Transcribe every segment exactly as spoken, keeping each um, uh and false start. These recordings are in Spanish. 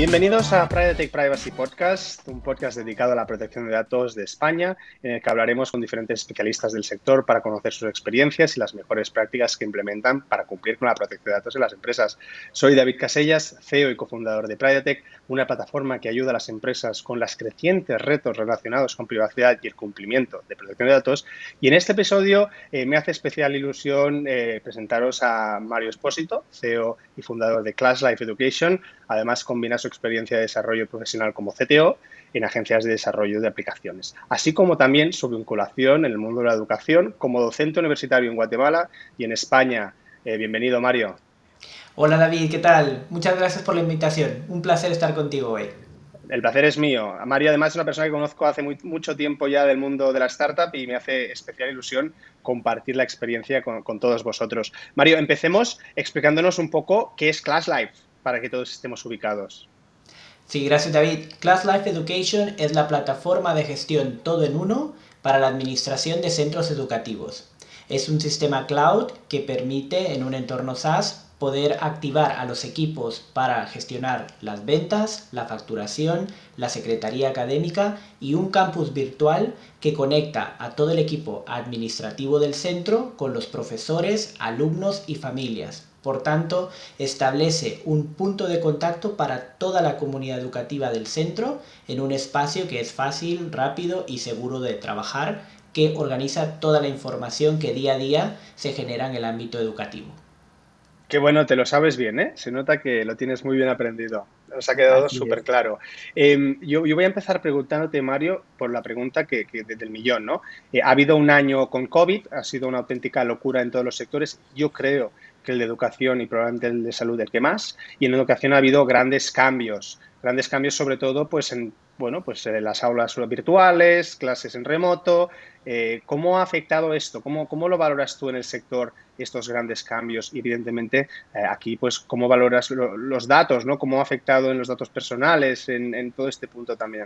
Bienvenidos a Private Privacy Podcast, un podcast dedicado a la protección de datos de España, en el que hablaremos con diferentes especialistas del sector para conocer sus experiencias y las mejores prácticas que implementan para cumplir con la protección de datos en las empresas. Soy David Casellas, C E O y cofundador de Privatech, una plataforma que ayuda a las empresas con los crecientes retos relacionados con privacidad y el cumplimiento de protección de datos. Y en este episodio eh, me hace especial ilusión eh, presentaros a Mario Espósito, C E O y fundador de Class Life Education. Además, combina su experiencia de desarrollo profesional como C T O en agencias de desarrollo de aplicaciones, así como también su vinculación en el mundo de la educación como docente universitario en Guatemala y en España. Eh, bienvenido, Mario. Hola David, ¿qué tal? Muchas gracias por la invitación. Un placer estar contigo hoy. El placer es mío. Mario, además, es una persona que conozco hace muy, mucho tiempo ya del mundo de la startup y me hace especial ilusión compartir la experiencia con, con todos vosotros. Mario, empecemos explicándonos un poco qué es Class Life para que todos estemos ubicados. Sí, gracias David. Class Life Education es la plataforma de gestión todo en uno para la administración de centros educativos. Es un sistema cloud que permite en un entorno SaaS poder activar a los equipos para gestionar las ventas, la facturación, la secretaría académica y un campus virtual que conecta a todo el equipo administrativo del centro con los profesores, alumnos y familias. Por tanto, establece un punto de contacto para toda la comunidad educativa del centro en un espacio que es fácil, rápido y seguro de trabajar, que organiza toda la información que día a día se genera en el ámbito educativo. Qué bueno, te lo sabes bien, ¿eh? Se nota que lo tienes muy bien aprendido. Nos ha quedado Así súper es. claro. Eh, yo, yo voy a empezar preguntándote, Mario, por la pregunta que, que del millón, ¿no? Eh, ha habido un año con COVID, ha sido una auténtica locura en todos los sectores. Yo creo que el de educación y probablemente el de salud el que más. Y en educación ha habido grandes cambios. Grandes cambios sobre todo pues en, bueno, pues en las aulas virtuales, clases en remoto. Eh, ¿Cómo ha afectado esto? ¿Cómo, cómo lo valoras tú en el sector, estos grandes cambios? Y evidentemente, eh, aquí, pues, ¿cómo valoras lo, los datos, ¿no? ¿Cómo ha afectado en los datos personales, en, en todo este punto también?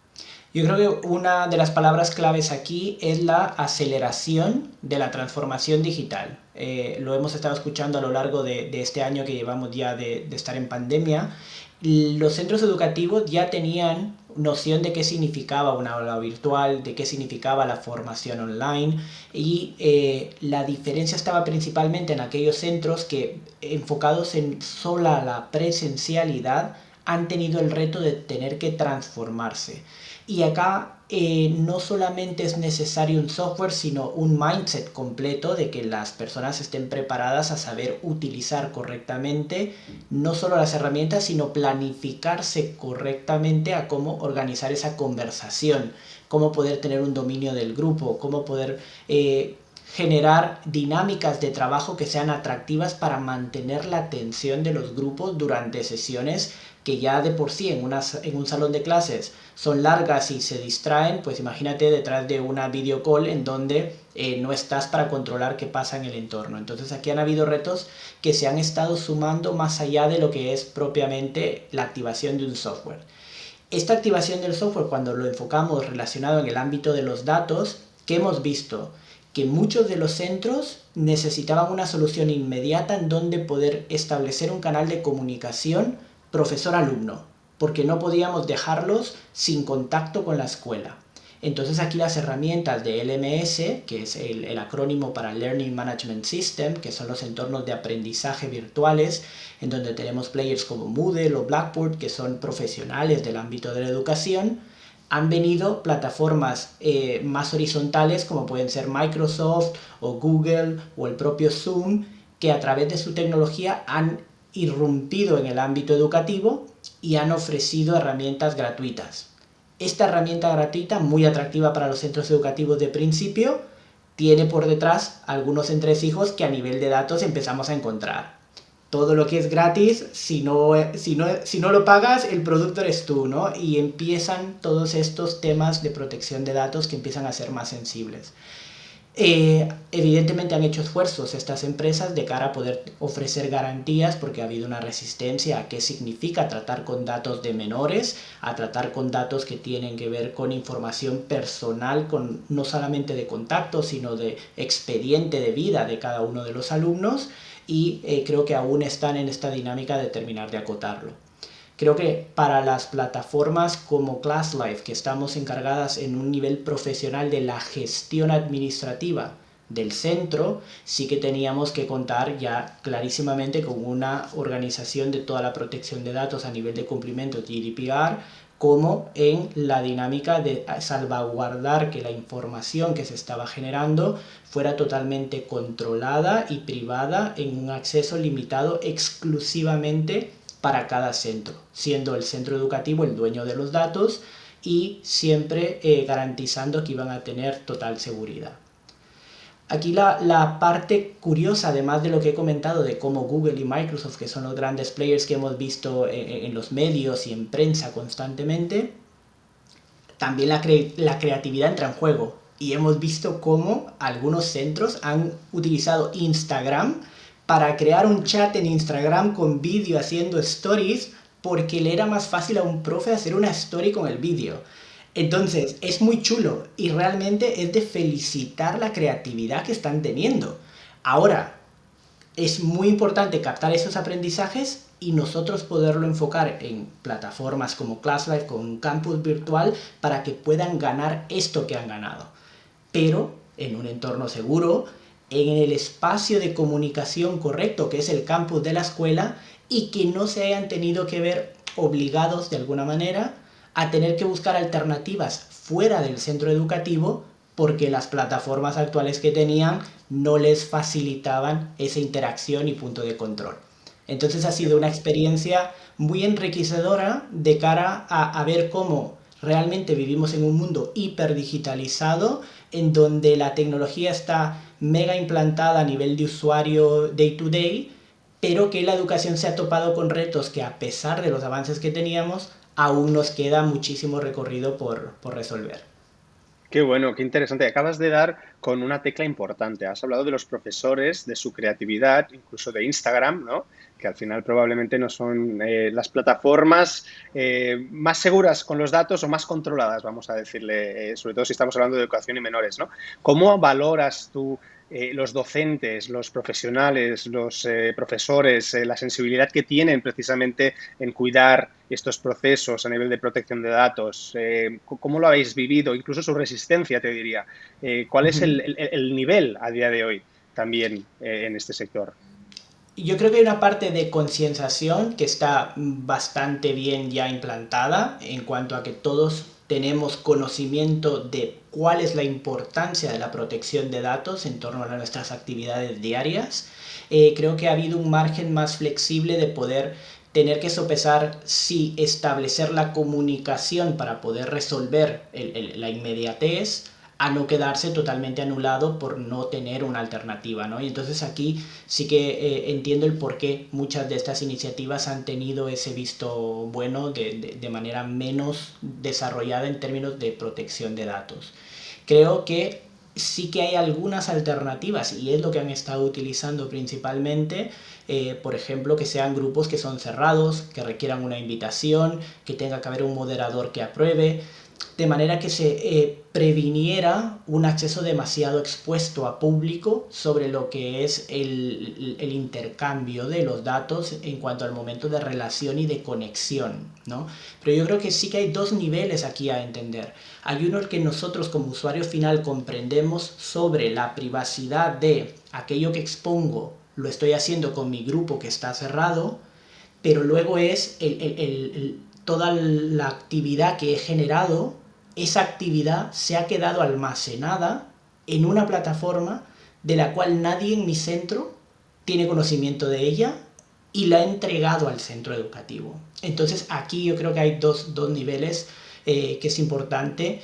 Yo creo que una de las palabras claves aquí es la aceleración de la transformación digital. Eh, lo hemos estado escuchando a lo largo de, de este año que llevamos ya de, de estar en pandemia. Los centros educativos ya tenían noción de qué significaba una aula virtual, de qué significaba la formación online y eh, la diferencia estaba principalmente en aquellos centros que, enfocados en sola la presencialidad, han tenido el reto de tener que transformarse. Y acá eh, no solamente es necesario un software, sino un mindset completo de que las personas estén preparadas a saber utilizar correctamente no solo las herramientas, sino planificarse correctamente a cómo organizar esa conversación, cómo poder tener un dominio del grupo, cómo poder eh, generar dinámicas de trabajo que sean atractivas para mantener la atención de los grupos durante sesiones que ya de por sí en, una, en un salón de clases son largas y se distraen. Pues imagínate detrás de una video call en donde eh, no estás para controlar qué pasa en el entorno. Entonces aquí han habido retos que se han estado sumando más allá de lo que es propiamente la activación de un software. Esta activación del software, cuando lo enfocamos relacionado en el ámbito de los datos, ¿qué hemos visto? Que muchos de los centros necesitaban una solución inmediata en donde poder establecer un canal de comunicación profesor-alumno, porque no podíamos dejarlos sin contacto con la escuela. Entonces aquí las herramientas de L M S, que es el, el acrónimo para Learning Management System, que son los entornos de aprendizaje virtuales, en donde tenemos players como Moodle o Blackboard, que son profesionales del ámbito de la educación, han venido plataformas eh, más horizontales como pueden ser Microsoft o Google o el propio Zoom, que a través de su tecnología han irrumpido en el ámbito educativo y han ofrecido herramientas gratuitas. Esta herramienta gratuita, muy atractiva para los centros educativos de principio, tiene por detrás algunos entresijos que a nivel de datos empezamos a encontrar. Todo lo que es gratis, si no, si no, si no lo pagas, el producto eres tú, ¿no? Y empiezan todos estos temas de protección de datos que empiezan a ser más sensibles. Eh, evidentemente han hecho esfuerzos estas empresas de cara a poder ofrecer garantías, porque ha habido una resistencia a qué significa tratar con datos de menores, a tratar con datos que tienen que ver con información personal, con, no solamente de contacto, sino de expediente de vida de cada uno de los alumnos, y eh, creo que aún están en esta dinámica de terminar de acotarlo. Creo que para las plataformas como ClassLife, que estamos encargadas en un nivel profesional de la gestión administrativa del centro, sí que teníamos que contar ya clarísimamente con una organización de toda la protección de datos a nivel de cumplimiento de G D P R, como en la dinámica de salvaguardar que la información que se estaba generando fuera totalmente controlada y privada en un acceso limitado exclusivamente para cada centro, siendo el centro educativo el dueño de los datos y siempre eh, garantizando que iban a tener total seguridad. Aquí la, la parte curiosa, además de lo que he comentado de cómo Google y Microsoft, que son los grandes players que hemos visto en, en los medios y en prensa constantemente, también la, cre la creatividad entra en juego. Y hemos visto cómo algunos centros han utilizado Instagram para crear un chat en Instagram con vídeo haciendo stories, porque le era más fácil a un profe hacer una story con el vídeo. Entonces, es muy chulo y realmente es de felicitar la creatividad que están teniendo. Ahora, es muy importante captar esos aprendizajes y nosotros poderlo enfocar en plataformas como ClassLife, con un campus virtual, para que puedan ganar esto que han ganado. Pero en un entorno seguro, en el espacio de comunicación correcto, que es el campus de la escuela, y que no se hayan tenido que ver obligados de alguna manera a tener que buscar alternativas fuera del centro educativo porque las plataformas actuales que tenían no les facilitaban esa interacción y punto de control. Entonces ha sido una experiencia muy enriquecedora de cara a, a ver cómo realmente vivimos en un mundo hiperdigitalizado, en donde la tecnología está mega implantada a nivel de usuario day to day, pero que la educación se ha topado con retos que, a pesar de los avances que teníamos, aún nos queda muchísimo recorrido por, por resolver. Qué bueno, qué interesante. Acabas de dar con una tecla importante. Has hablado de los profesores, de su creatividad, incluso de Instagram, ¿no? Que al final probablemente no son eh, las plataformas eh, más seguras con los datos o más controladas, vamos a decirle, eh, sobre todo si estamos hablando de educación y menores, ¿no? ¿Cómo valoras tú eh, los docentes, los profesionales, los eh, profesores, eh, la sensibilidad que tienen precisamente en cuidar estos procesos a nivel de protección de datos? Eh, ¿Cómo lo habéis vivido? Incluso su resistencia, te diría. Eh, ¿Cuál es el, el, el nivel a día de hoy también eh, en este sector? Yo creo que hay una parte de concienciación que está bastante bien ya implantada en cuanto a que todos tenemos conocimiento de cuál es la importancia de la protección de datos en torno a nuestras actividades diarias. Eh, creo que ha habido un margen más flexible de poder tener que sopesar si establecer la comunicación para poder resolver el, el, la inmediatez, a no quedarse totalmente anulado por no tener una alternativa, ¿no? Y entonces aquí sí que eh, entiendo el por qué muchas de estas iniciativas han tenido ese visto bueno de, de, de manera menos desarrollada en términos de protección de datos. Creo que sí que hay algunas alternativas y es lo que han estado utilizando principalmente, eh, por ejemplo, que sean grupos que son cerrados, que requieran una invitación, que tenga que haber un moderador que apruebe, de manera que se eh, previniera un acceso demasiado expuesto a público sobre lo que es el, el intercambio de los datos en cuanto al momento de relación y de conexión, ¿no? Pero yo creo que sí que hay dos niveles aquí a entender. Hay uno el que nosotros como usuario final comprendemos sobre la privacidad de aquello que expongo, lo estoy haciendo con mi grupo que está cerrado, pero luego es el, el, el, el, toda la actividad que he generado. Esa actividad se ha quedado almacenada en una plataforma de la cual nadie en mi centro tiene conocimiento de ella y la ha entregado al centro educativo. Entonces aquí yo creo que hay dos, dos niveles eh, que es importante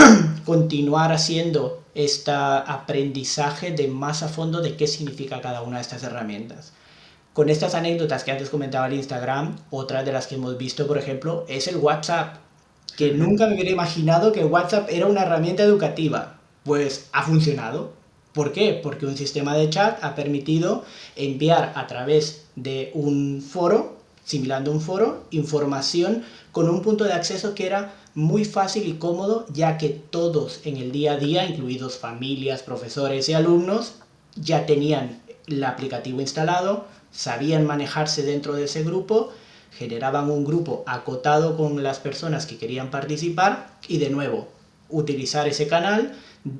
continuar haciendo este aprendizaje de más a fondo de qué significa cada una de estas herramientas. Con estas anécdotas que antes comentaba el Instagram, otra de las que hemos visto, por ejemplo, es el WhatsApp, que nunca me hubiera imaginado que WhatsApp era una herramienta educativa. Pues ha funcionado. ¿Por qué? Porque un sistema de chat ha permitido enviar a través de un foro, simulando un foro, información con un punto de acceso que era muy fácil y cómodo, ya que todos en el día a día, incluidos familias, profesores y alumnos, ya tenían el aplicativo instalado, sabían manejarse dentro de ese grupo, generaban un grupo acotado con las personas que querían participar y de nuevo utilizar ese canal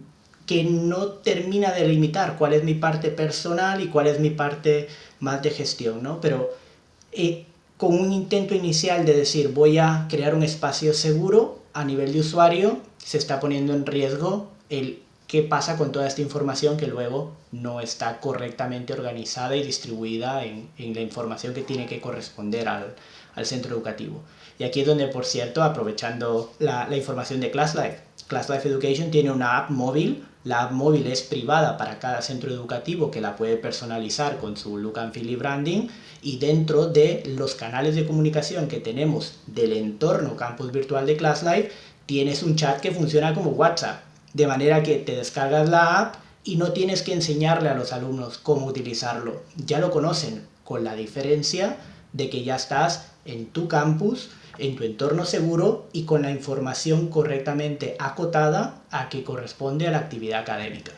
que no termina de limitar cuál es mi parte personal y cuál es mi parte más de gestión, ¿no? Pero eh, con un intento inicial de decir voy a crear un espacio seguro a nivel de usuario, se está poniendo en riesgo el qué pasa con toda esta información que luego no está correctamente organizada y distribuida en, en la información que tiene que corresponder al, al centro educativo. Y aquí es donde, por cierto, aprovechando la, la información de ClassLife, ClassLife Education tiene una app móvil. La app móvil es privada para cada centro educativo que la puede personalizar con su look and feel y branding, y dentro de los canales de comunicación que tenemos del entorno campus virtual de ClassLife tienes un chat que funciona como WhatsApp, de manera que te descargas la app y no tienes que enseñarle a los alumnos cómo utilizarlo. Ya lo conocen, con la diferencia de que ya estás en tu campus, en tu entorno seguro y con la información correctamente acotada a que corresponde a la actividad académica.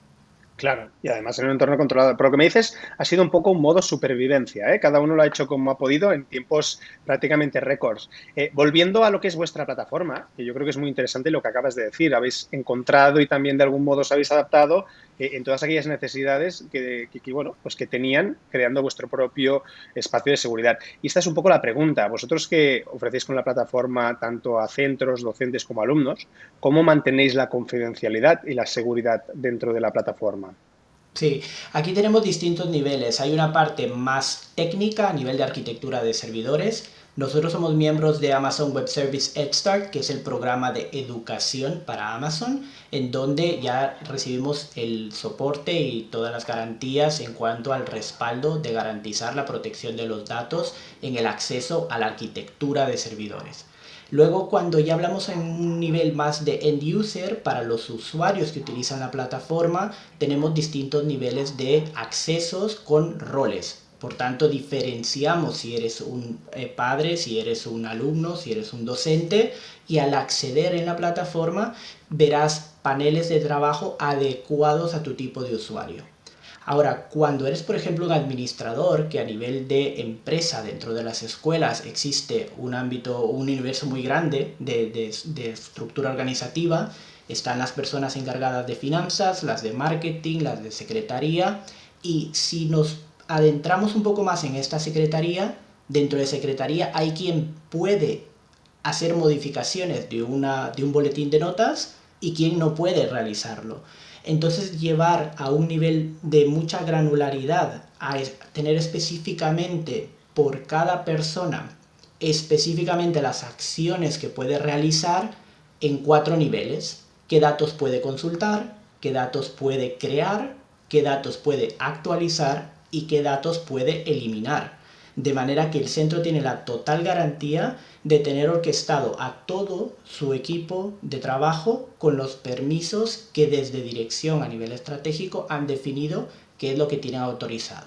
Claro, y además en un entorno controlado. Pero lo que me dices ha sido un poco un modo supervivencia, ¿eh? Cada uno lo ha hecho como ha podido en tiempos prácticamente récords. Eh, volviendo a lo que es vuestra plataforma, que yo creo que es muy interesante lo que acabas de decir, habéis encontrado y también de algún modo os habéis adaptado eh, en todas aquellas necesidades que, que, que, bueno, pues que tenían creando vuestro propio espacio de seguridad. Y esta es un poco la pregunta. Vosotros que ofrecéis con la plataforma tanto a centros, docentes como alumnos, ¿cómo mantenéis la confidencialidad y la seguridad dentro de la plataforma? Sí, aquí tenemos distintos niveles. Hay una parte más técnica a nivel de arquitectura de servidores. Nosotros somos miembros de Amazon Web Service EdStart, que es el programa de educación para Amazon, en donde ya recibimos el soporte y todas las garantías en cuanto al respaldo de garantizar la protección de los datos en el acceso a la arquitectura de servidores. Luego, cuando ya hablamos en un nivel más de end user, para los usuarios que utilizan la plataforma, tenemos distintos niveles de accesos con roles. Por tanto, diferenciamos si eres un eh, padre, si eres un alumno, si eres un docente, y al acceder en la plataforma verás paneles de trabajo adecuados a tu tipo de usuario. Ahora, cuando eres, por ejemplo, un administrador, que a nivel de empresa dentro de las escuelas existe un ámbito, un universo muy grande de, de, de estructura organizativa, están las personas encargadas de finanzas, las de marketing, las de secretaría, y si nos adentramos un poco más en esta secretaría, dentro de secretaría hay quien puede hacer modificaciones de, una, de un boletín de notas y quien no puede realizarlo. Entonces, llevar a un nivel de mucha granularidad, a tener específicamente por cada persona, específicamente las acciones que puede realizar en cuatro niveles. ¿Qué datos puede consultar? ¿Qué datos puede crear? ¿Qué datos puede actualizar? ¿Y qué datos puede eliminar? De manera que el centro tiene la total garantía de tener orquestado a todo su equipo de trabajo con los permisos que desde dirección a nivel estratégico han definido qué es lo que tienen autorizado.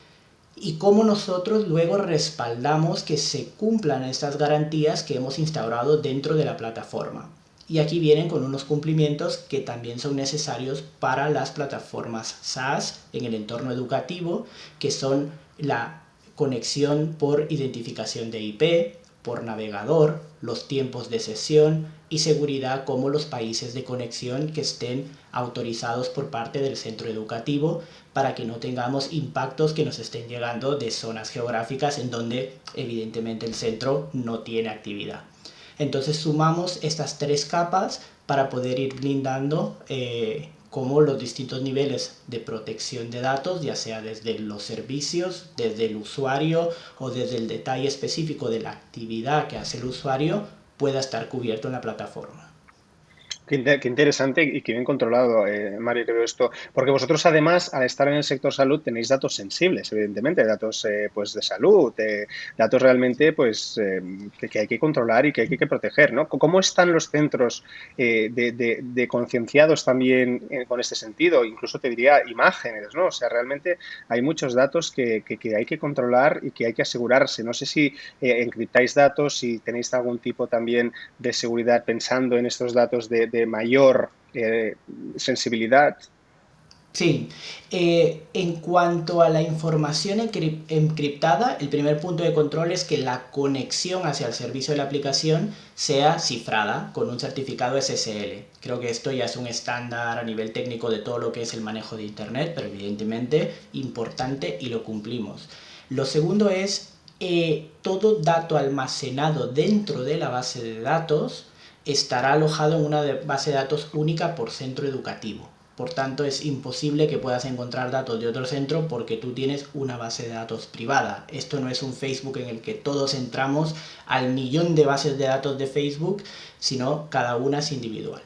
Y cómo nosotros luego respaldamos que se cumplan estas garantías que hemos instaurado dentro de la plataforma. Y aquí vienen con unos cumplimientos que también son necesarios para las plataformas SaaS en el entorno educativo, que son la conexión por identificación de I P, por navegador, los tiempos de sesión y seguridad, como los países de conexión que estén autorizados por parte del centro educativo, para que no tengamos impactos que nos estén llegando de zonas geográficas en donde evidentemente el centro no tiene actividad. Entonces sumamos estas tres capas para poder ir blindando eh, como los distintos niveles de protección de datos, ya sea desde los servicios, desde el usuario o desde el detalle específico de la actividad que hace el usuario, pueda estar cubierto en la plataforma. Qué, inter qué interesante y qué bien controlado, eh, Mario, creo esto. Porque vosotros, además, al estar en el sector salud, tenéis datos sensibles, evidentemente, datos eh, pues de salud, eh, datos realmente pues eh, que, que hay que controlar y que hay que proteger, ¿no? ¿Cómo están los centros eh, de, de, de concienciados también eh, con este sentido? Incluso te diría imágenes, ¿no? O sea, realmente hay muchos datos que, que, que hay que controlar y que hay que asegurarse. No sé si eh, encriptáis datos, si tenéis algún tipo también de seguridad pensando en estos datos de, de de mayor eh, sensibilidad. Sí, eh, en cuanto a la información encrip- encriptada, el primer punto de control es que la conexión hacia el servicio de la aplicación sea cifrada con un certificado S S L. Creo que esto ya es un estándar a nivel técnico de todo lo que es el manejo de Internet, pero evidentemente importante y lo cumplimos. Lo segundo es eh, todo dato almacenado dentro de la base de datos estará alojado en una de- base de datos única por centro educativo. Por tanto, es imposible que puedas encontrar datos de otro centro porque tú tienes una base de datos privada. Esto no es un Facebook en el que todos entramos al millón de bases de datos de Facebook, sino cada una es individual.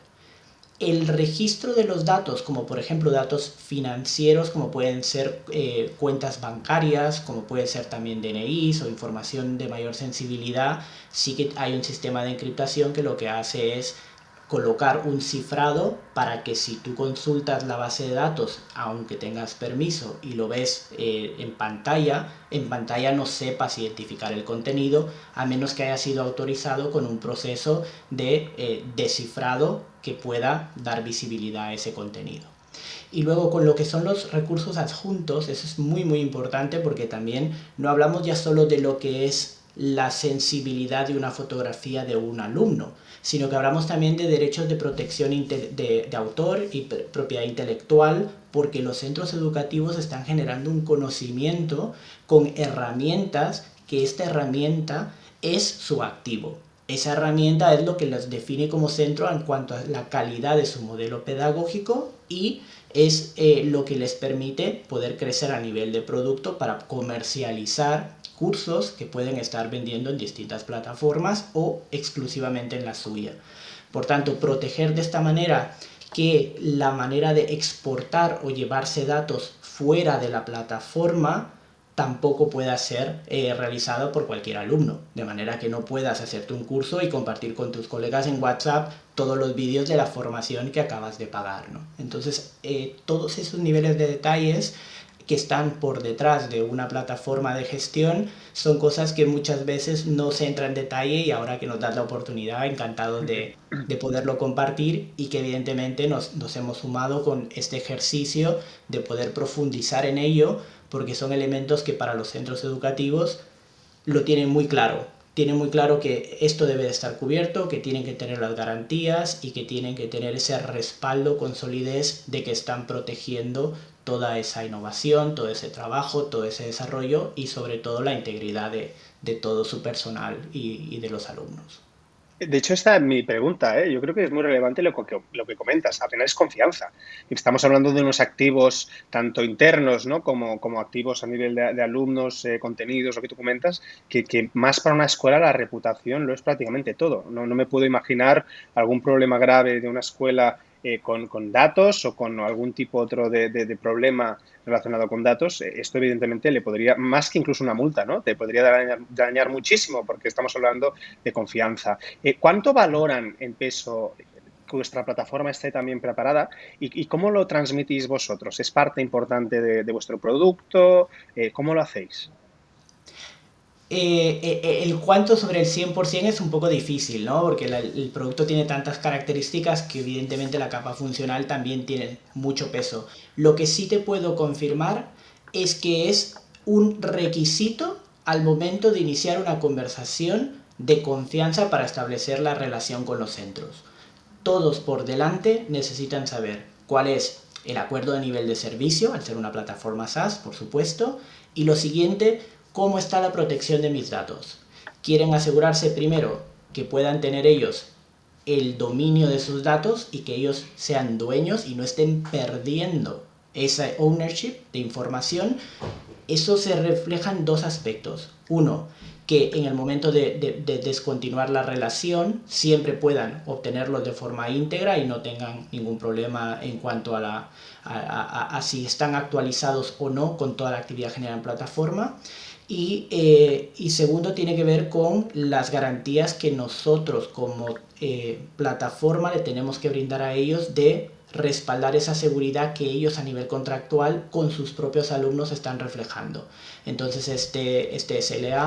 El registro de los datos, como por ejemplo datos financieros, como pueden ser eh, cuentas bancarias, como pueden ser también D N Is o información de mayor sensibilidad, sí que hay un sistema de encriptación que lo que hace es colocar un cifrado para que si tú consultas la base de datos, aunque tengas permiso y lo ves eh, en pantalla, en pantalla no sepas identificar el contenido a menos que haya sido autorizado con un proceso de eh, descifrado que pueda dar visibilidad a ese contenido. Y luego con lo que son los recursos adjuntos, eso es muy muy importante porque también no hablamos ya solo de lo que es la sensibilidad de una fotografía de un alumno, sino que hablamos también de derechos de protección de, de, de autor y propiedad intelectual, porque los centros educativos están generando un conocimiento con herramientas que esta herramienta es su activo. Esa herramienta es lo que los define como centro en cuanto a la calidad de su modelo pedagógico y es eh, lo que les permite poder crecer a nivel de producto para comercializar cursos que pueden estar vendiendo en distintas plataformas o exclusivamente en la suya. Por tanto, proteger de esta manera que la manera de exportar o llevarse datos fuera de la plataforma tampoco pueda ser eh, realizado por cualquier alumno, de manera que no puedas hacerte un curso y compartir con tus colegas en WhatsApp todos los vídeos de la formación que acabas de pagar, ¿no? Entonces, eh, todos esos niveles de detalles que están por detrás de una plataforma de gestión son cosas que muchas veces no se entra en detalle y ahora que nos das la oportunidad, encantados de, de poderlo compartir y que evidentemente nos, nos hemos sumado con este ejercicio de poder profundizar en ello porque son elementos que para los centros educativos lo tienen muy claro. Tienen muy claro que esto debe de estar cubierto, que tienen que tener las garantías y que tienen que tener ese respaldo con solidez de que están protegiendo toda esa innovación, todo ese trabajo, todo ese desarrollo y sobre todo la integridad de, de todo su personal y, y de los alumnos. De hecho, esta es mi pregunta, ¿eh? Yo creo que es muy relevante lo que, lo que comentas. Al final es confianza. Estamos hablando de unos activos tanto internos, ¿no? como, como activos a nivel de, de alumnos, eh, contenidos, lo que tú comentas, que, que más para una escuela la reputación lo es prácticamente todo. No, no me puedo imaginar algún problema grave de una escuela eh, con, con datos o con algún tipo otro de, de, de problema relacionado con datos. Eh, esto evidentemente le podría, más que incluso una multa, ¿no? Te podría dañar, dañar muchísimo porque estamos hablando de confianza. Eh, ¿Cuánto valoran en peso que vuestra plataforma esté también preparada y, y cómo lo transmitís vosotros? ¿Es parte importante de, de vuestro producto? Eh, ¿Cómo lo hacéis? Eh, eh, el cuánto sobre el cien por ciento es un poco difícil, ¿no? Porque la, el producto tiene tantas características que evidentemente la capa funcional también tiene mucho peso. Lo que sí te puedo confirmar es que es un requisito al momento de iniciar una conversación de confianza para establecer la relación con los centros. Todos por delante necesitan saber cuál es el acuerdo de nivel de servicio, al ser una plataforma SaaS, por supuesto, y lo siguiente, cómo está la protección de mis datos. Quieren asegurarse primero que puedan tener ellos el dominio de sus datos y que ellos sean dueños y no estén perdiendo esa ownership de información. Eso se refleja en dos aspectos. Uno, que en el momento de, de, de, descontinuar la relación siempre puedan obtenerlos de forma íntegra y no tengan ningún problema en cuanto a, la, a, a, a si están actualizados o no con toda la actividad generada en plataforma. Y, eh, y segundo, tiene que ver con las garantías que nosotros como eh, plataforma le tenemos que brindar a ellos de respaldar esa seguridad que ellos a nivel contractual con sus propios alumnos están reflejando. Entonces este, este S L A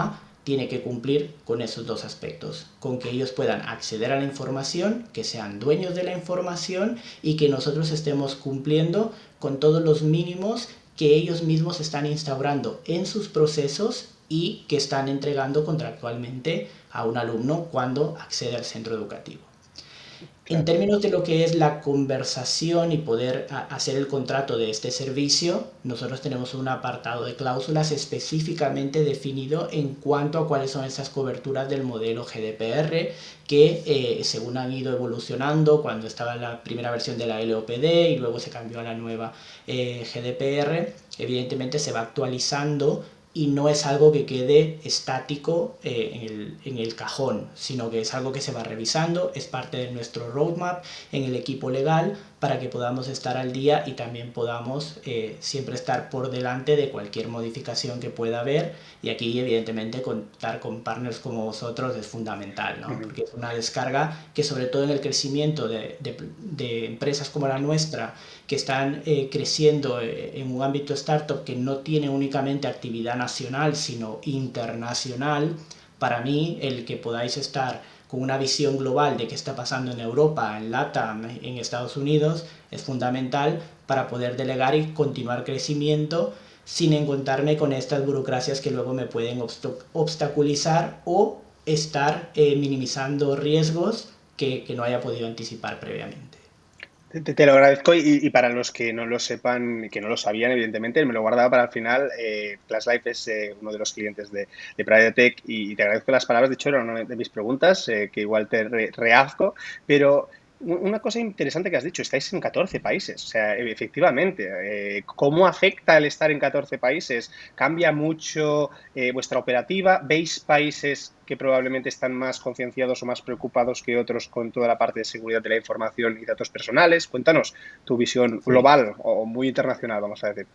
tiene que cumplir con esos dos aspectos, con que ellos puedan acceder a la información, que sean dueños de la información y que nosotros estemos cumpliendo con todos los mínimos que ellos mismos están instaurando en sus procesos y que están entregando contractualmente a un alumno cuando accede al centro educativo. Claro. En términos de lo que es la conversación y poder hacer el contrato de este servicio, nosotros tenemos un apartado de cláusulas específicamente definido en cuanto a cuáles son estas coberturas del modelo G D P R, que eh, según han ido evolucionando, cuando estaba la primera versión de la L O P D y luego se cambió a la nueva eh, G D P R, evidentemente se va actualizando y no es algo que quede estático eh, en, el, en el cajón, sino que es algo que se va revisando, es parte de nuestro roadmap en el equipo legal para que podamos estar al día y también podamos eh, siempre estar por delante de cualquier modificación que pueda haber, y aquí evidentemente contar con partners como vosotros es fundamental, ¿no? Porque es una descarga que sobre todo en el crecimiento de, de, de empresas como la nuestra, que están eh, creciendo en un ámbito startup que no tiene únicamente actividad nacional, sino internacional, para mí el que podáis estar con una visión global de qué está pasando en Europa, en LATAM, en Estados Unidos, es fundamental para poder delegar y continuar crecimiento sin encontrarme con estas burocracias que luego me pueden obstaculizar o estar eh, minimizando riesgos que, que no haya podido anticipar previamente. Te, te lo agradezco, y, y para los que no lo sepan y que no lo sabían, evidentemente, me lo guardaba para el final. eh, ClassLife es eh, uno de los clientes de, de Pradetech, y, y te agradezco las palabras. De hecho, era una de mis preguntas, eh, que igual te re, rehazgo, pero una cosa interesante que has dicho, estáis en catorce países, o sea, efectivamente, eh, ¿cómo afecta el estar en catorce países? ¿Cambia mucho eh, vuestra operativa? ¿Veis países que probablemente están más concienciados o más preocupados que otros con toda la parte de seguridad de la información y datos personales? Cuéntanos tu visión global o muy internacional, vamos a decir.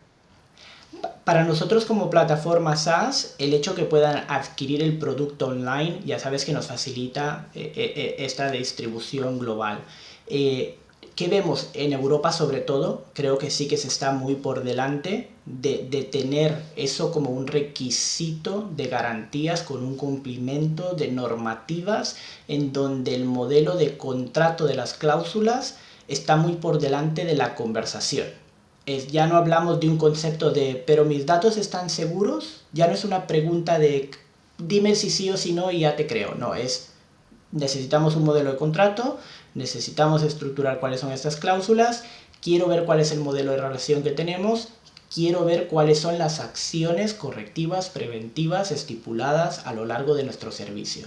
Para nosotros como plataforma SaaS, el hecho que puedan adquirir el producto online, ya sabes que nos facilita eh, eh, esta distribución global. Eh, ¿Qué vemos en Europa sobre todo? Creo que sí que se está muy por delante de, de tener eso como un requisito de garantías con un cumplimiento de normativas en donde el modelo de contrato de las cláusulas está muy por delante de la conversación. Es, ya no hablamos de un concepto de, pero mis datos están seguros, ya no es una pregunta de, dime si sí o si no y ya te creo. No, es, necesitamos un modelo de contrato, necesitamos estructurar cuáles son estas cláusulas, quiero ver cuál es el modelo de relación que tenemos, quiero ver cuáles son las acciones correctivas, preventivas, estipuladas a lo largo de nuestro servicio.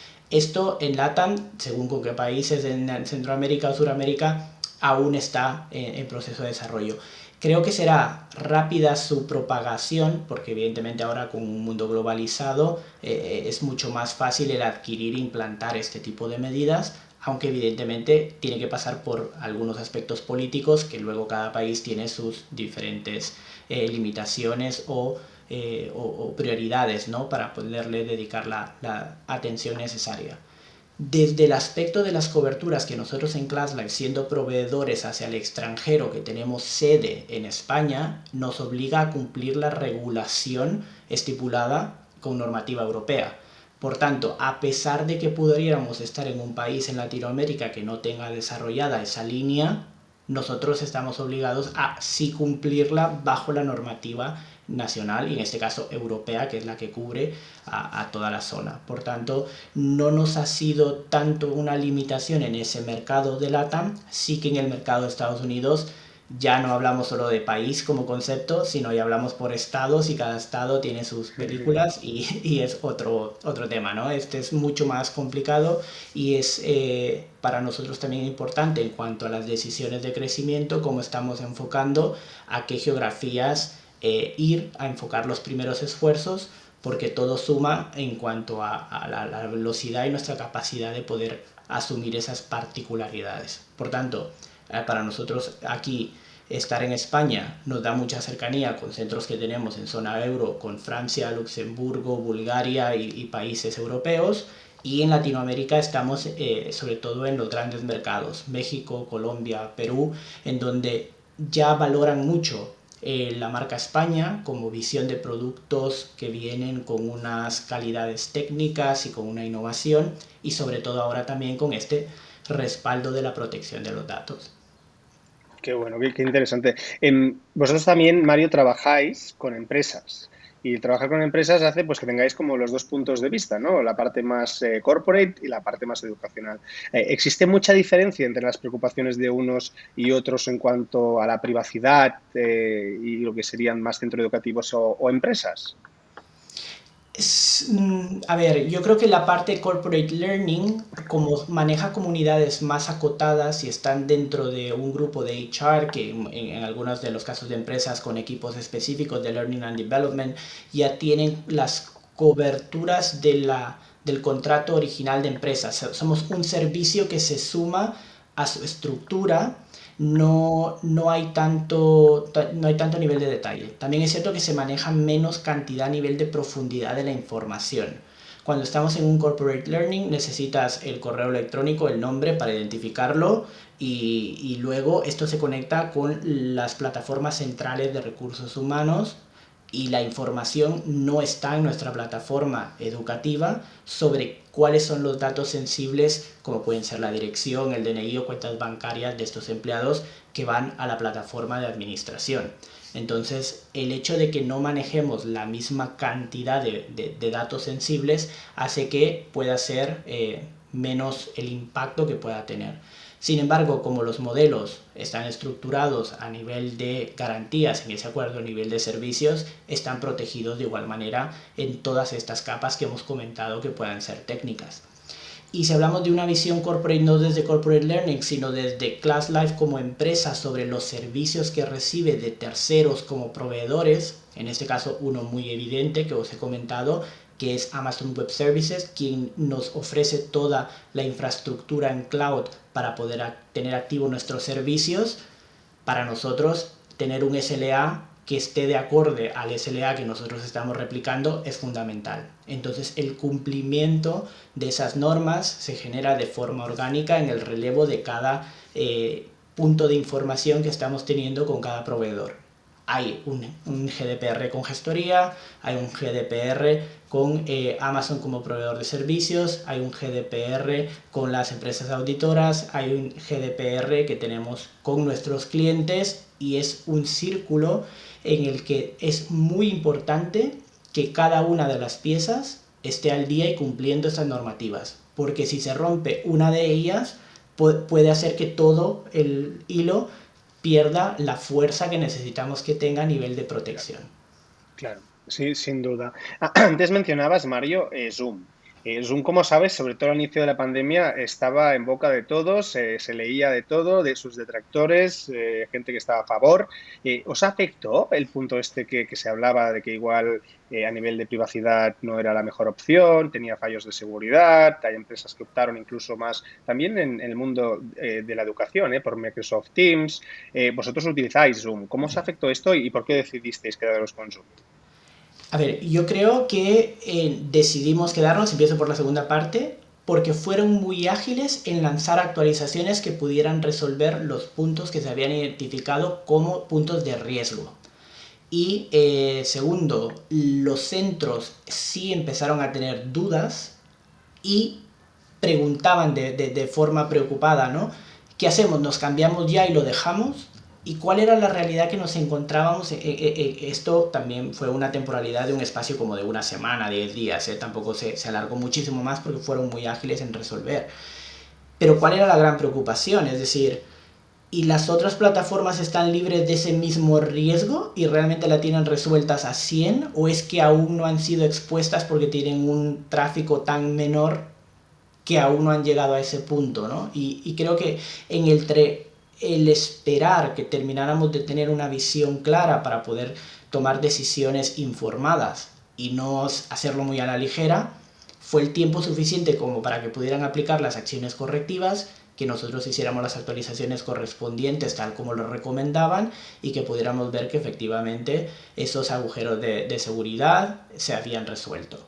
Esto en LATAM, según con qué países, en Centroamérica o Suramérica, aún está en, en proceso de desarrollo. Creo que será rápida su propagación, porque evidentemente ahora con un mundo globalizado eh, es mucho más fácil el adquirir e implantar este tipo de medidas, aunque evidentemente tiene que pasar por algunos aspectos políticos que luego cada país tiene sus diferentes eh, limitaciones o, eh, o, o prioridades, ¿no?, para poderle dedicar la, la atención necesaria. Desde el aspecto de las coberturas que nosotros en ClassLife, siendo proveedores hacia el extranjero, que tenemos sede en España, nos obliga a cumplir la regulación estipulada con normativa europea. Por tanto, a pesar de que pudiéramos estar en un país en Latinoamérica que no tenga desarrollada esa línea, nosotros estamos obligados a sí cumplirla bajo la normativa nacional y en este caso europea, que es la que cubre a, a toda la zona. Por tanto, no nos ha sido tanto una limitación en ese mercado de LATAM, sí que en el mercado de Estados Unidos ya no hablamos solo de país como concepto, sino ya hablamos por estados y cada estado tiene sus películas y, y es otro, otro tema, ¿no? Este es mucho más complicado y es eh, para nosotros también importante en cuanto a las decisiones de crecimiento, cómo estamos enfocando a qué geografías eh, ir a enfocar los primeros esfuerzos, porque todo suma en cuanto a, a la, la velocidad y nuestra capacidad de poder asumir esas particularidades. Por tanto, para nosotros aquí estar en España nos da mucha cercanía con centros que tenemos en zona euro, con Francia, Luxemburgo, Bulgaria y, y países europeos, y en Latinoamérica estamos eh, sobre todo en los grandes mercados, México, Colombia, Perú, en donde ya valoran mucho eh, la marca España como visión de productos que vienen con unas calidades técnicas y con una innovación, y sobre todo ahora también con este respaldo de la protección de los datos. Qué bueno, qué, qué interesante. Em, vosotros también, Mario, trabajáis con empresas. Y trabajar con empresas hace pues que tengáis como los dos puntos de vista, ¿no? La parte más eh, corporate y la parte más educacional. Eh, ¿existe mucha diferencia entre las preocupaciones de unos y otros en cuanto a la privacidad eh, y lo que serían más centros educativos o, o empresas? Es, mm, a ver, yo creo que la parte corporate learning, como maneja comunidades más acotadas y están dentro de un grupo de H R, que en, en algunos de los casos de empresas con equipos específicos de Learning and Development, ya tienen las coberturas de la, del contrato original de empresas. Somos un servicio que se suma a su estructura. No, no, hay tanto, no hay tanto nivel de detalle. También es cierto que se maneja menos cantidad a nivel de profundidad de la información. Cuando estamos en un corporate learning necesitas el correo electrónico, el nombre para identificarlo, y, y luego esto se conecta con las plataformas centrales de recursos humanos, y la información no está en nuestra plataforma educativa sobre cuáles son los datos sensibles, como pueden ser la dirección, el D N I o cuentas bancarias de estos empleados que van a la plataforma de administración. Entonces, el hecho de que no manejemos la misma cantidad de, de, de datos sensibles hace que pueda ser eh, menos el impacto que pueda tener. Sin embargo, como los modelos están estructurados a nivel de garantías en ese acuerdo, a nivel de servicios, están protegidos de igual manera en todas estas capas que hemos comentado que puedan ser técnicas. Y si hablamos de una visión corporate, no desde corporate learning, sino desde ClassLife como empresa sobre los servicios que recibe de terceros como proveedores, en este caso uno muy evidente que os he comentado, que es Amazon Web Services, quien nos ofrece toda la infraestructura en cloud para poder tener activos nuestros servicios. Para nosotros, tener un S L A que esté de acorde al S L A que nosotros estamos replicando es fundamental. Entonces, el cumplimiento de esas normas se genera de forma orgánica en el relevo de cada eh, punto de información que estamos teniendo con cada proveedor. Hay un, un G D P R con gestoría, hay un G D P R con eh, Amazon como proveedor de servicios, hay un G D P R con las empresas auditoras, hay un G D P R que tenemos con nuestros clientes, y es un círculo en el que es muy importante que cada una de las piezas esté al día y cumpliendo estas normativas, porque si se rompe una de ellas puede hacer que todo el hilo pierda la fuerza que necesitamos que tenga a nivel de protección. Claro, sí, sin duda. Antes mencionabas, Mario, eh, Zoom. Eh, Zoom, como sabes, sobre todo al inicio de la pandemia, estaba en boca de todos, eh, se leía de todo, de sus detractores, eh, gente que estaba a favor. Eh, ¿os afectó el punto este que, que se hablaba de que igual eh, a nivel de privacidad no era la mejor opción, tenía fallos de seguridad? Hay empresas que optaron incluso más, también en, en el mundo eh, de la educación, eh, por Microsoft Teams. Eh, vosotros utilizáis Zoom. ¿Cómo os afectó esto y, y por qué decidisteis quedaros con Zoom? A ver, yo creo que eh, decidimos quedarnos, empiezo por la segunda parte, porque fueron muy ágiles en lanzar actualizaciones que pudieran resolver los puntos que se habían identificado como puntos de riesgo. Y eh, segundo, los centros sí empezaron a tener dudas y preguntaban de, de, de forma preocupada, ¿no? ¿Qué hacemos? ¿Nos cambiamos ya y lo dejamos? ¿Y cuál era la realidad que nos encontrábamos? Eh, eh, eh, esto también fue una temporalidad de un espacio como de una semana, diez días, ¿eh? Tampoco se, se alargó muchísimo más porque fueron muy ágiles en resolver. Pero ¿cuál era la gran preocupación? Es decir, ¿y las otras plataformas están libres de ese mismo riesgo y realmente la tienen resueltas a cien? ¿O es que aún no han sido expuestas porque tienen un tráfico tan menor que aún no han llegado a ese punto, ¿no? Y, y creo que en el, tre el esperar que termináramos de tener una visión clara para poder tomar decisiones informadas y no hacerlo muy a la ligera, fue el tiempo suficiente como para que pudieran aplicar las acciones correctivas, que nosotros hiciéramos las actualizaciones correspondientes tal como lo recomendaban y que pudiéramos ver que efectivamente esos agujeros de, de seguridad se habían resuelto.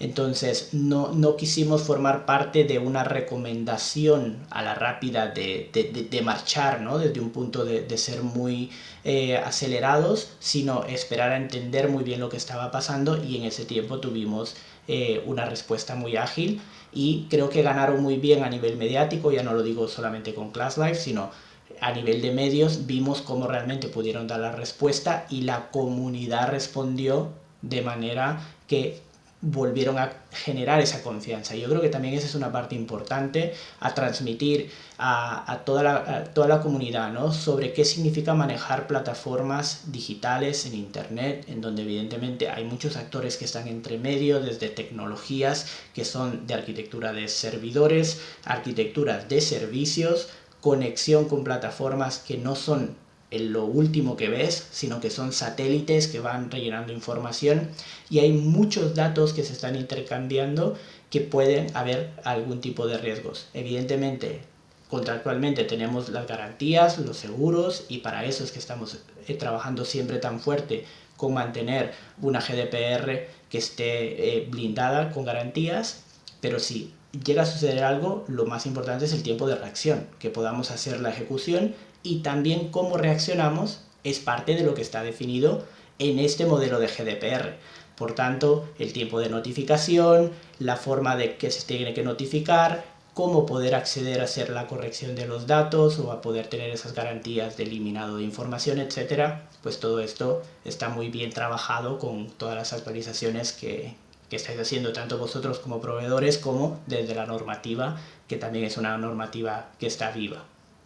Entonces no, no quisimos formar parte de una recomendación a la rápida de, de, de, de marchar, ¿no? Desde un punto de, de ser muy eh, acelerados, sino esperar a entender muy bien lo que estaba pasando, y en ese tiempo tuvimos eh, una respuesta muy ágil y creo que ganaron muy bien a nivel mediático. Ya no lo digo solamente con ClassLife, sino a nivel de medios vimos cómo realmente pudieron dar la respuesta y la comunidad respondió de manera que volvieron a generar esa confianza. Yo creo que también esa es una parte importante a transmitir a, a, toda, la, a toda la comunidad, ¿no? Sobre qué significa manejar plataformas digitales en Internet, en donde evidentemente hay muchos actores que están entre medio, desde tecnologías que son de arquitectura de servidores, arquitecturas de servicios, conexión con plataformas que no son en lo último que ves, sino que son satélites que van rellenando información, y hay muchos datos que se están intercambiando que pueden haber algún tipo de riesgos. Evidentemente, contractualmente tenemos las garantías, los seguros, y para eso es que estamos eh, trabajando siempre tan fuerte con mantener una G D P R que esté eh, blindada con garantías, pero si llega a suceder algo, lo más importante es el tiempo de reacción, que podamos hacer la ejecución, y también cómo reaccionamos es parte de lo que está definido en este modelo de G D P R. Por tanto, el tiempo de notificación, la forma de que se tiene que notificar, cómo poder acceder a hacer la corrección de los datos o a poder tener esas garantías de eliminado de información, etcétera. Pues todo esto está muy bien trabajado con todas las actualizaciones que, que estáis haciendo tanto vosotros como proveedores, como desde la normativa, que también es una normativa que está viva.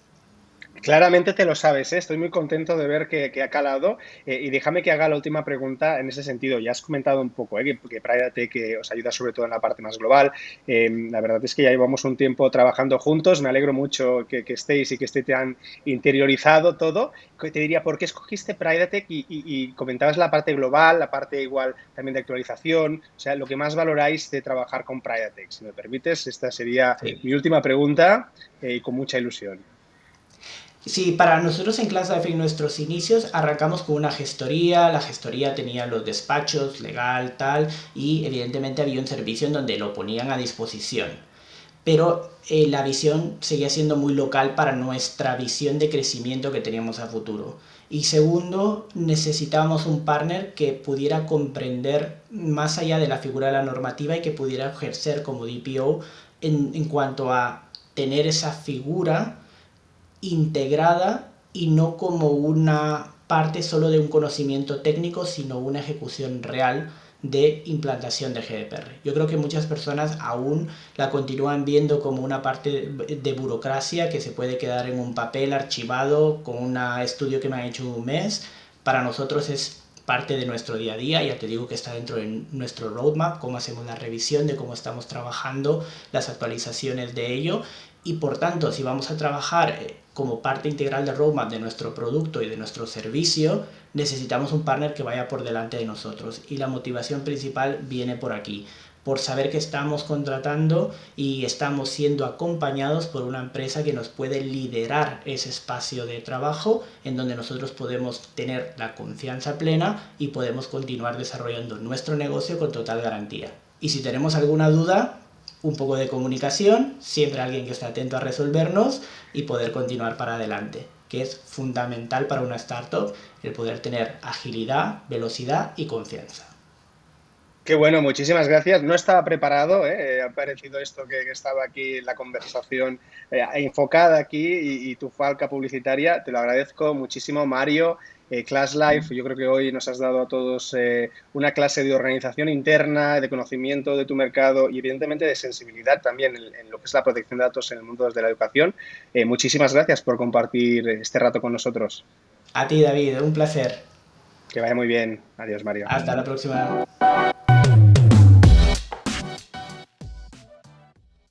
Claramente te lo sabes, ¿eh? Estoy muy contento de ver que, que ha calado, eh, y déjame que haga la última pregunta en ese sentido. Ya has comentado un poco, ¿eh? que, que Pride que os ayuda sobre todo en la parte más global. Eh, la verdad es que ya llevamos un tiempo trabajando juntos. Me alegro mucho que, que estéis y que esté tan interiorizado todo. Te diría, ¿por qué escogiste Pride y, y, y comentabas la parte global, la parte igual también de actualización? O sea, lo que más valoráis de trabajar con Pride. Si me permites, esta sería Sí. mi última pregunta, eh, y con mucha ilusión. Sí, para nosotros en ClassLife en nuestros inicios arrancamos con una gestoría. La gestoría tenía los despachos, legal, tal, y evidentemente había un servicio en donde lo ponían a disposición. Pero eh, la visión seguía siendo muy local para nuestra visión de crecimiento que teníamos a futuro. Y segundo, necesitábamos un partner que pudiera comprender más allá de la figura de la normativa y que pudiera ejercer como D P O en, en cuanto a tener esa figura integrada y no como una parte solo de un conocimiento técnico, sino una ejecución real de implantación de G D P R. Yo creo que muchas personas aún la continúan viendo como una parte de burocracia que se puede quedar en un papel archivado con un estudio que me han hecho en un mes. Para nosotros es parte de nuestro día a día. Ya te digo que está dentro de nuestro roadmap, cómo hacemos la revisión de cómo estamos trabajando, las actualizaciones de ello, y por tanto, si vamos a trabajar como parte integral del roadmap de nuestro producto y de nuestro servicio, necesitamos un partner que vaya por delante de nosotros, y la motivación principal viene por aquí, por saber que estamos contratando y estamos siendo acompañados por una empresa que nos puede liderar ese espacio de trabajo en donde nosotros podemos tener la confianza plena y podemos continuar desarrollando nuestro negocio con total garantía. Y si tenemos alguna duda, un poco de comunicación, siempre alguien que esté atento a resolvernos y poder continuar para adelante, que es fundamental para una startup el poder tener agilidad, velocidad y confianza. Qué bueno, muchísimas gracias. No estaba preparado, ¿eh? Ha parecido esto que, que estaba aquí en la conversación eh, enfocada aquí, y, y tu falca publicitaria. Te lo agradezco muchísimo, Mario. Eh, ClassLife, yo creo que hoy nos has dado a todos eh, una clase de organización interna, de conocimiento de tu mercado y evidentemente de sensibilidad también en, en lo que es la protección de datos en el mundo de la educación. Eh, muchísimas gracias por compartir este rato con nosotros. A ti, David, un placer. Que vaya muy bien. Adiós, Mario. Hasta la próxima.